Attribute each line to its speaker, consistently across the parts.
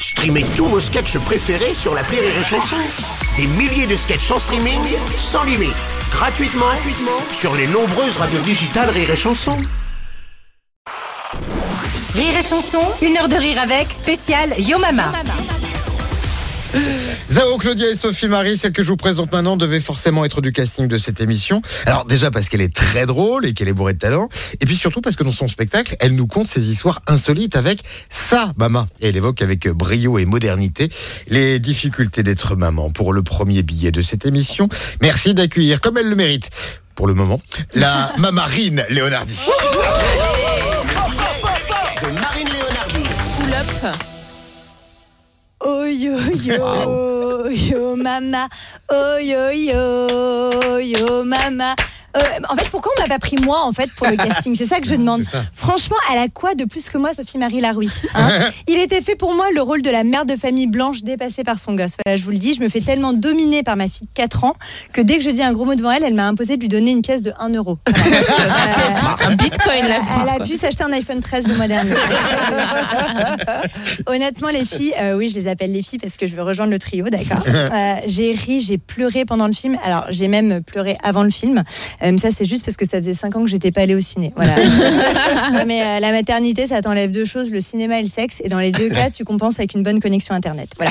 Speaker 1: Streamez tous vos sketchs préférés sur l'appli Rire et Chanson. Des milliers de sketchs en streaming, sans limite, gratuitement sur les nombreuses radios digitales Rire et Chanson.
Speaker 2: Rire et Chanson, 1 heure de rire avec, spécial Yo Mama.
Speaker 3: Zao, Claudia et Sophie Marie, celle que je vous présente maintenant, devait forcément être du casting de cette émission. Alors déjà parce qu'elle est très drôle et qu'elle est bourrée de talent, et puis surtout parce que dans son spectacle, elle nous conte ses histoires insolites avec sa maman. Et elle évoque avec brio et modernité les difficultés d'être maman. Pour le premier billet de cette émission, merci d'accueillir, comme elle le mérite, pour le moment, la Mamarine Leonardi.
Speaker 1: De Marine Leonardi.
Speaker 4: Pull up.
Speaker 5: Oh yo yo, yo mama, oh yo yo, yo mama. En fait, pourquoi on m'a pas pris moi en fait pour le casting? C'est ça que je demande. Franchement, elle a quoi de plus que moi, Sophie-Marie Larouille, hein? Il était fait pour moi le rôle de la mère de famille blanche dépassée par son gosse. Voilà, je vous le dis, je me fais tellement dominer par ma fille de 4 ans que dès que je dis un gros mot devant elle, elle m'a imposé de lui donner une pièce de 1 euro. Voilà.
Speaker 4: Un bitcoin là.
Speaker 5: Elle a pu s'acheter un iPhone 13 le mois dernier. Honnêtement, les filles, oui, je les appelle les filles parce que je veux rejoindre le trio, d'accord. J'ai ri, j'ai pleuré pendant le film. Alors, j'ai même pleuré avant le film. Ça, c'est juste parce que ça faisait 5 ans que j'étais pas allée au ciné. Voilà. Mais la maternité, ça t'enlève 2 choses, le cinéma et le sexe. Et dans les 2 cas, tu compenses avec une bonne connexion Internet. Voilà.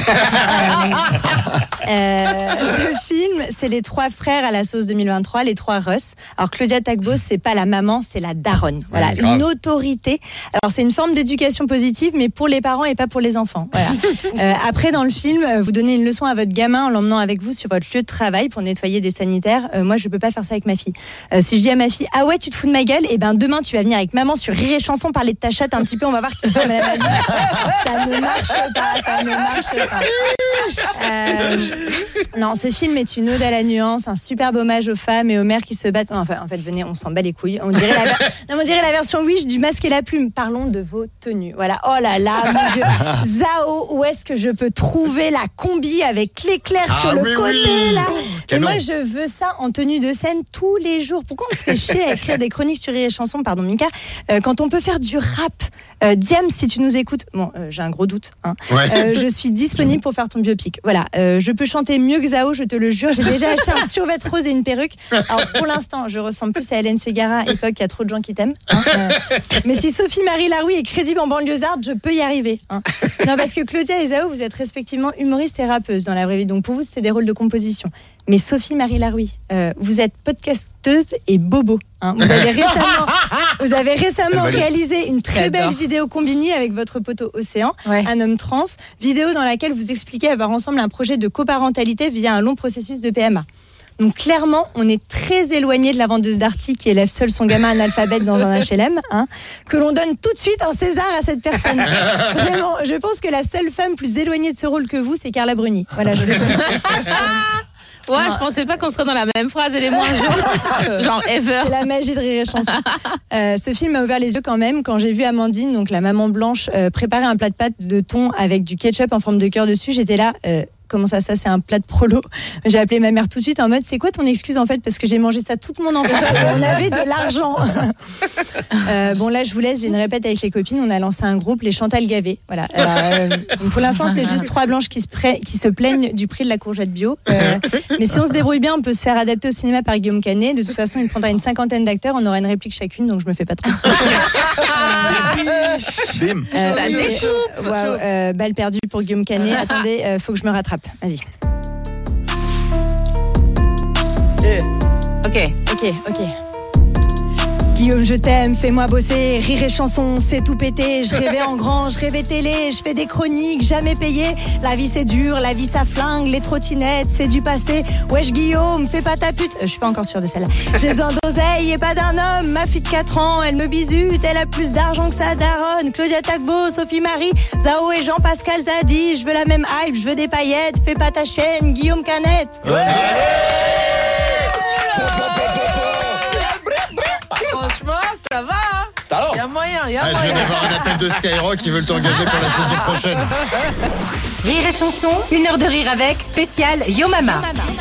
Speaker 5: Ce film, c'est les 3 frères à la sauce 2023, les 3 Russ. Alors, Claudia Tagbos, c'est pas la maman, c'est la daronne. Voilà, une autorité. Alors, c'est une forme d'éducation positive, mais pour les parents et pas pour les enfants. Voilà. Après, dans le film, vous donnez une leçon à votre gamin en l'emmenant avec vous sur votre lieu de travail pour nettoyer des sanitaires. Moi, je peux pas faire ça avec ma fille. Si je dis à ma fille, ah ouais, tu te fous de ma gueule, et ben demain tu vas venir avec maman sur Rire et Chanson parler de ta chatte un petit peu, on va voir qui fait la vie. Ça ne marche pas, ça ne marche pas. Non, ce film est une ode à la nuance, un superbe hommage aux femmes et aux mères qui se battent. Non, enfin, en fait, venez, on s'en bat les couilles. On dirait la version Wish du Masque et la Plume. Parlons de vos tenues. Voilà. Oh là là, mon Dieu. Zao, où est-ce que je peux trouver la combi avec l'éclair sur le côté là? Et moi, je veux ça en tenue de scène tous les jours. Pourquoi on se fait chier à écrire des chroniques sur Rire et Chanson, pardon Mika, quand on peut faire du rap? Diam, si tu nous écoutes, bon, j'ai un gros doute, hein. Ouais. Je suis disponible pour faire ton biopic. Voilà, je peux chanter mieux que Zao, je te le jure. J'ai déjà acheté un survêt rose et une perruque. Alors pour l'instant, je ressemble plus à Hélène Ségara, époque il y a trop de gens qui t'aiment, hein. Mais si Sophie-Marie Larouille est crédible en banlieusarde, je peux y arriver, hein. Non, parce que Claudia et Zao, vous êtes respectivement humoriste et rappeuse dans la vraie vie, donc pour vous c'était des rôles de composition. Mais Sophie-Marie Larouille, vous êtes podcasteuse et bobo, hein. Vous avez récemment réalisé une très belle vidéo combinée avec votre poteau Océan, un homme trans, vidéo dans laquelle vous expliquez avoir ensemble un projet de coparentalité via un long processus de PMA. Donc clairement, on est très éloigné de la vendeuse d'Arty qui élève seule son gamin analphabète dans un HLM, hein, que l'on donne tout de suite un César à cette personne. Vraiment, je pense que la seule femme plus éloignée de ce rôle que vous, c'est Carla Bruni. Voilà, je le dis.
Speaker 4: Ouais, je pensais pas qu'on serait dans la même phrase et les moins genre ever.
Speaker 5: C'est la magie de Rire et Chanson. Ce film m'a ouvert les yeux quand même quand j'ai vu Amandine, donc la maman blanche, préparer un plat de pâtes de thon avec du ketchup en forme de cœur dessus. J'étais là. Comment ça, c'est un plat de prolo. J'ai appelé ma mère tout de suite en mode, c'est quoi ton excuse en fait? Parce que j'ai mangé ça toute mon enfance et on avait de l'argent. Bon là, je vous laisse, j'ai une répète avec les copines. On a lancé un groupe, les Chantal Gavé. Voilà. Pour l'instant, c'est juste 3 blanches qui se plaignent du prix de la courgette bio. Mais si on se débrouille bien, on peut se faire adapter au cinéma par Guillaume Canet. De toute façon, il prendra une 50aine d'acteurs. On aura une réplique chacune, donc je me fais pas trop de soucis.
Speaker 6: Bim.
Speaker 5: Ça déchoupe. Balle perdue pour Guillaume Canet. Attendez, faut que je me rattrape. Vas-y. Ok. Guillaume, je t'aime, fais-moi bosser, Rire et Chanson, c'est tout pété. Je rêvais en grand, je rêvais télé, je fais des chroniques, jamais payé. La vie c'est dur, la vie ça flingue, les trottinettes c'est du passé. Wesh Guillaume, fais pas ta pute. Je suis pas encore sûre de celle-là. J'ai besoin d'oseille et pas d'un homme. Ma fille de 4 ans, elle me bisute, elle a plus d'argent que sa daronne. Claudia Tagbos, Sophie-Marie, Zao et Jean-Pascal Zadi. Je veux la même hype, je veux des paillettes. Fais pas ta chaîne, Guillaume Canette.
Speaker 4: Franchement, ça va, hein. Il y a moyen,
Speaker 3: Je viens d'avoir un appel de Skyrock, ils veulent t'engager pour la saison prochaine.
Speaker 2: Rire et Chanson, 1 heure de rire avec, spécial Yo Mama.